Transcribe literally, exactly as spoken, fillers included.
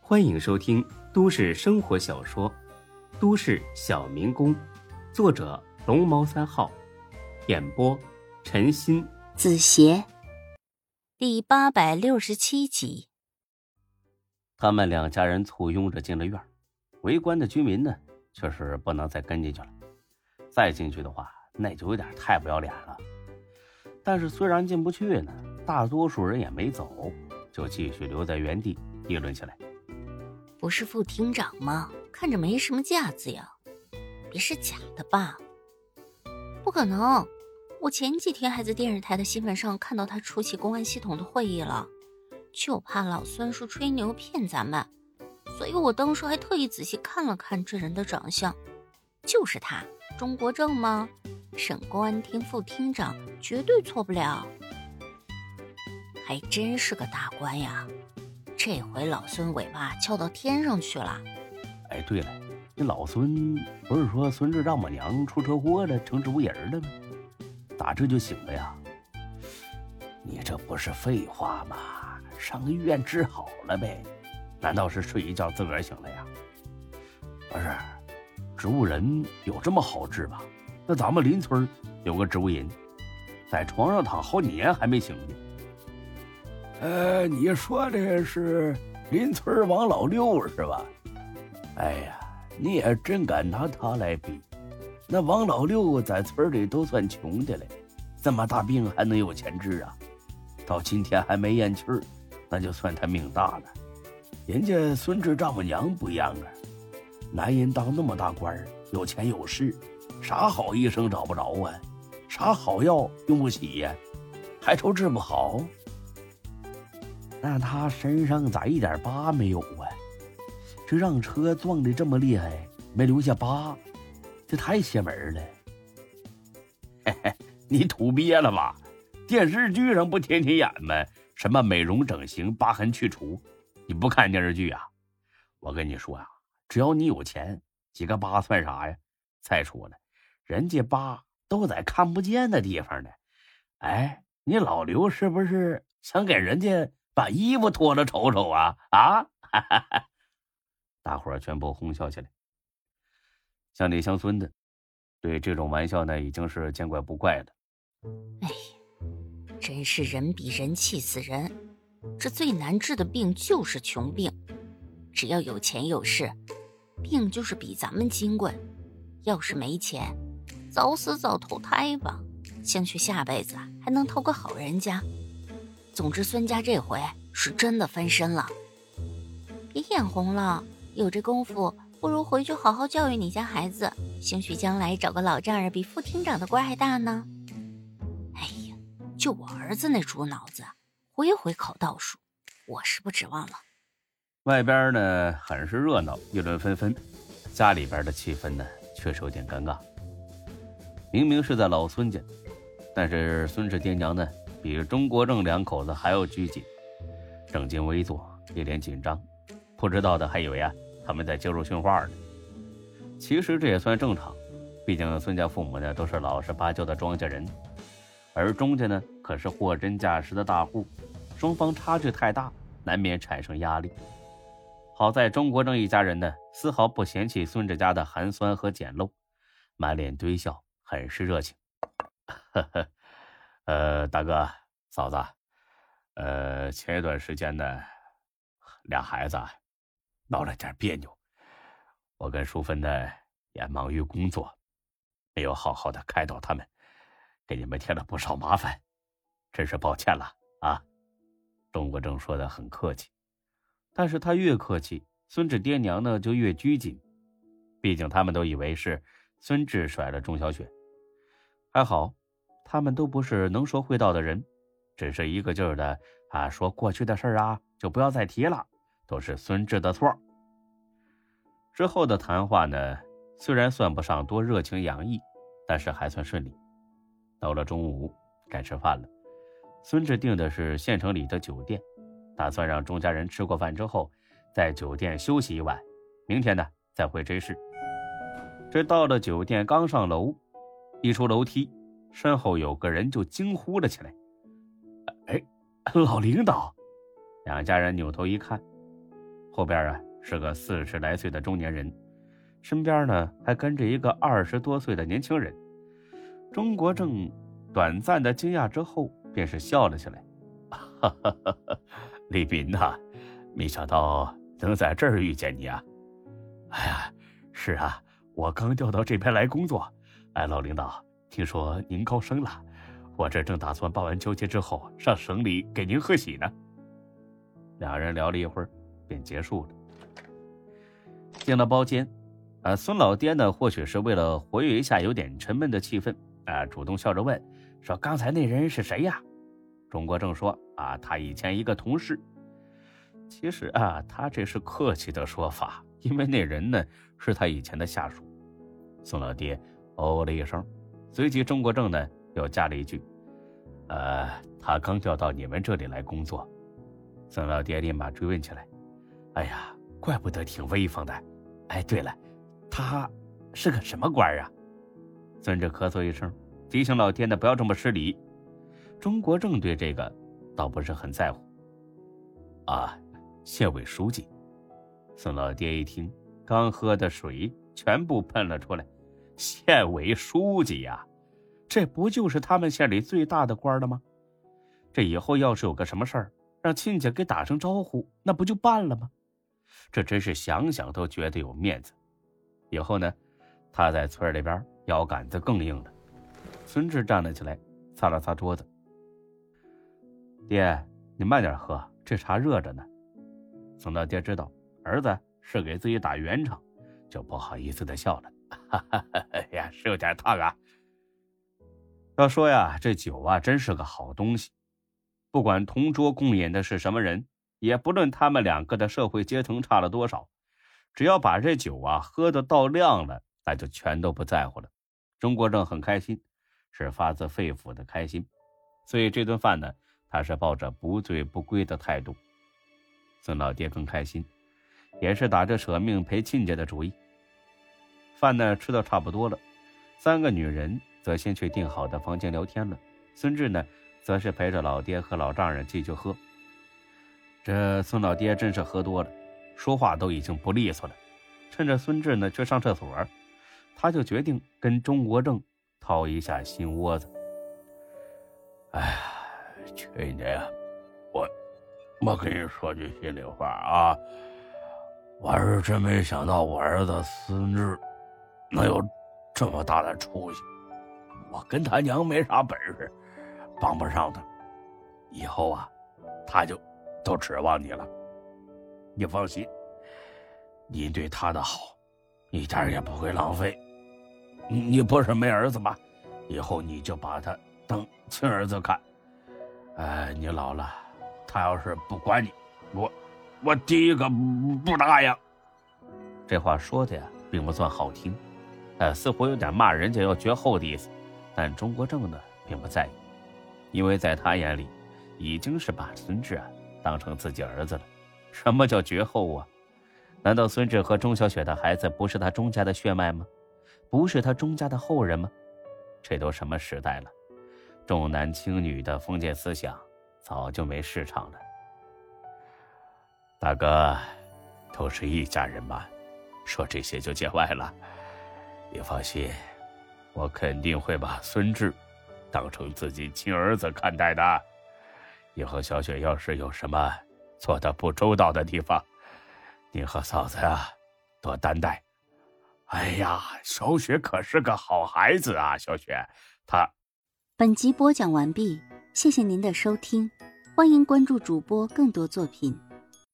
欢迎收听都市生活小说《都市小民工》，作者龙猫三号，演播陈鑫、 子邪，第八百六十七集。 他们两家人簇拥着进了院，围观的居民呢，却是不能再跟进去了。再进去的话，那就有点太不要脸了。但是虽然进不去呢，大多数人也没走，就继续留在原地议论起来。 不是副厅长吗？看着没什么架子呀，别是假的吧？不可能，我前几天还在电视台的新闻上看到他出席公安系统的会议了，就怕老孙说吹牛骗咱们，所以我当时还特意仔细看了看这人的长相，就是他，钟国正吗？省公安厅副厅长，绝对错不了。还真是个大官呀，这回老孙尾巴翘到天上去了。 哎，对了，你老孙不是说孙子丈母娘出车祸了，成植物人了吗？咋这就醒了呀？你这不是废话吗？上个医院治好了呗，难道是睡一觉自个儿醒了呀？不是，植物人有这么好治吗？那咱们邻村有个植物人，在床上躺好几年还没醒呢。 呃，你说的是邻村王老六是吧？哎呀，你也真敢拿他来比。那王老六在村里都算穷的了，这么大病还能有钱治啊？到今天还没咽气儿，那就算他命大了。人家孙子丈母娘不一样啊，男人当那么大官儿，有钱有势，啥好医生找不着啊，啥好药用不起呀，还愁治不好。那他身上咋一点疤没有啊？这让车撞得这么厉害，没留下疤，这太邪门了。 嘿嘿，你土鳖了吧？电视剧上不天天演吗？什么美容整形、疤痕去除，你不看电视剧啊？我跟你说啊，只要你有钱，几个疤算啥呀？再说了，人家疤都在看不见的地方呢。哎，你老刘是不是想给人家把衣服脱了瞅瞅啊？啊！大伙儿全部哄笑起来。乡里乡村的对这种玩笑呢，已经是见怪不怪了。 哎呀，真是人比人气死人。这最难治的病就是穷病，只要有钱有势，病就是比咱们金贵。要是没钱，早死早投胎吧，兴许下辈子还能讨个好人家。总之孙家这回是真的翻身了。别眼红了，有这功夫不如回去好好教育你家孩子，兴许将来找个老丈人比副厅长的官还大呢。哎呀，就我儿子那猪脑子，回回考倒数，我是不指望了。 外边呢很是热闹，议论纷纷，家里边的气氛呢确实有点尴尬。明明是在老孙家，但是孙氏爹娘呢比钟国正两口子还要拘谨，正襟危坐，一脸紧张，不知道的还以为啊他们在接受训话呢。其实这也算正常，毕竟孙家父母呢都是老实巴交的庄稼人，而钟家呢可是货真价实的大户，双方差距太大，难免产生压力。好在钟国正一家人呢丝毫不嫌弃孙子家的寒酸和简陋，满脸堆笑，很是热情。呵呵，呃，大哥嫂子，呃，前一段时间呢俩孩子闹了点别扭，我跟淑芬呢也忙于工作，没有好好的开导他们，给你们添了不少麻烦，真是抱歉了啊。钟国正说的很客气，但是他越客气，孙志爹娘呢就越拘谨，毕竟他们都以为是孙志甩了钟小雪。还好他们都不是能说会道的人，只是一个劲儿的啊说过去的事啊就不要再提了，都是孙志的错。之后的谈话呢虽然算不上多热情洋溢，但是还算顺利。到了中午该吃饭了，孙志订的是县城里的酒店，打算让钟家人吃过饭之后在酒店休息一晚，明天呢再回这市。这到了酒店刚上楼，一出楼梯，身后有个人就惊呼了起来：哎，老领导！两家人扭头一看， 后边啊是个四十来岁的中年人，身边呢还跟着一个二十多岁的年轻人。钟国正短暂的惊讶之后，便是笑了起来。哈哈哈哈，李斌呐，没想到能在这儿遇见你啊！哎呀，是啊，我刚调到这边来工作。哎，老领导，听说您高升了，我这正打算办完交接之后上省里给您贺喜呢。两人聊了一会儿，便结束了。进了包间，啊，孙老爹呢，或许是为了活跃一下有点沉闷的气氛，啊，主动笑着问说：“刚才那人是谁呀？”钟国正说：“啊，他以前一个同事。”其实啊，他这是客气的说法，因为那人呢是他以前的下属。孙老爹哦了一声，随即钟国正呢又加了一句：“呃，他刚调到你们这里来工作。”孙老爹立马追问起来：“哎呀，怪不得挺威风的。哎，对了，他是个什么官啊？”孙志咳嗽一声，提醒老爹呢不要这么失礼。钟国正对这个倒不是很在乎。啊，县委书记。孙老爹一听，刚喝的水全部喷了出来。县委书记呀，这不就是他们县里最大的官了吗？这以后要是有个什么事儿，让亲家给打声招呼，那不就办了吗？这真是想想都觉得有面子。以后呢，他在村里边腰杆子更硬了。孙志站了起来，擦了擦桌子：“爹，你慢点喝，这茶热着呢。”孙老爹知道儿子是给自己打圆场，就不好意思的笑了：“哈哈，哎呀，是有点烫啊。”要说呀，这酒啊真是个好东西，不管同桌共饮的是什么人，也不论他们两个的社会阶层差了多少，只要把这酒啊喝得到量了，那就全都不在乎了。钟国正很开心，是发自肺腑的开心，所以这顿饭呢，他是抱着不醉不归的态度。孙老爹更开心，也是打着舍命陪亲家的主意。饭呢吃到差不多了，三个女人则先去订好的房间聊天了。孙志呢，则是陪着老爹和老丈人继续喝。这孙老爹真是喝多了，说话都已经不利索了。趁着孙志呢去上厕所，他就决定跟钟国正掏一下心窝子。哎呀，去年啊，我我跟你说句心里话啊，我是真没想到我儿子孙志能有这么大的出息。我跟他娘没啥本事，帮不上他，以后啊，他就都指望你了。你放心，你对他的好一点也不会浪费。你不是没儿子吗？以后你就把他当亲儿子看。哎，你老了，他要是不管你，我我第一个不答应。这话说的呀，并不算好听，呃，似乎有点骂人家要绝后的意思。但钟国正呢，并不在意，因为在他眼里，已经是把孙志啊当成自己儿子了。什么叫绝后啊？难道孙志和钟小雪的孩子不是他钟家的血脉吗？不是他钟家的后人吗？这都什么时代了，重男轻女的封建思想早就没市场了。大哥，都是一家人嘛，说这些就见外了。你放心，我肯定会把孙志当成自己亲儿子看待的。以后小雪要是有什么做得不周到的地方，你和嫂子啊多担待。哎呀，小雪可是个好孩子啊，小雪她。 本集播讲完毕，谢谢您的收听，欢迎关注主播更多作品。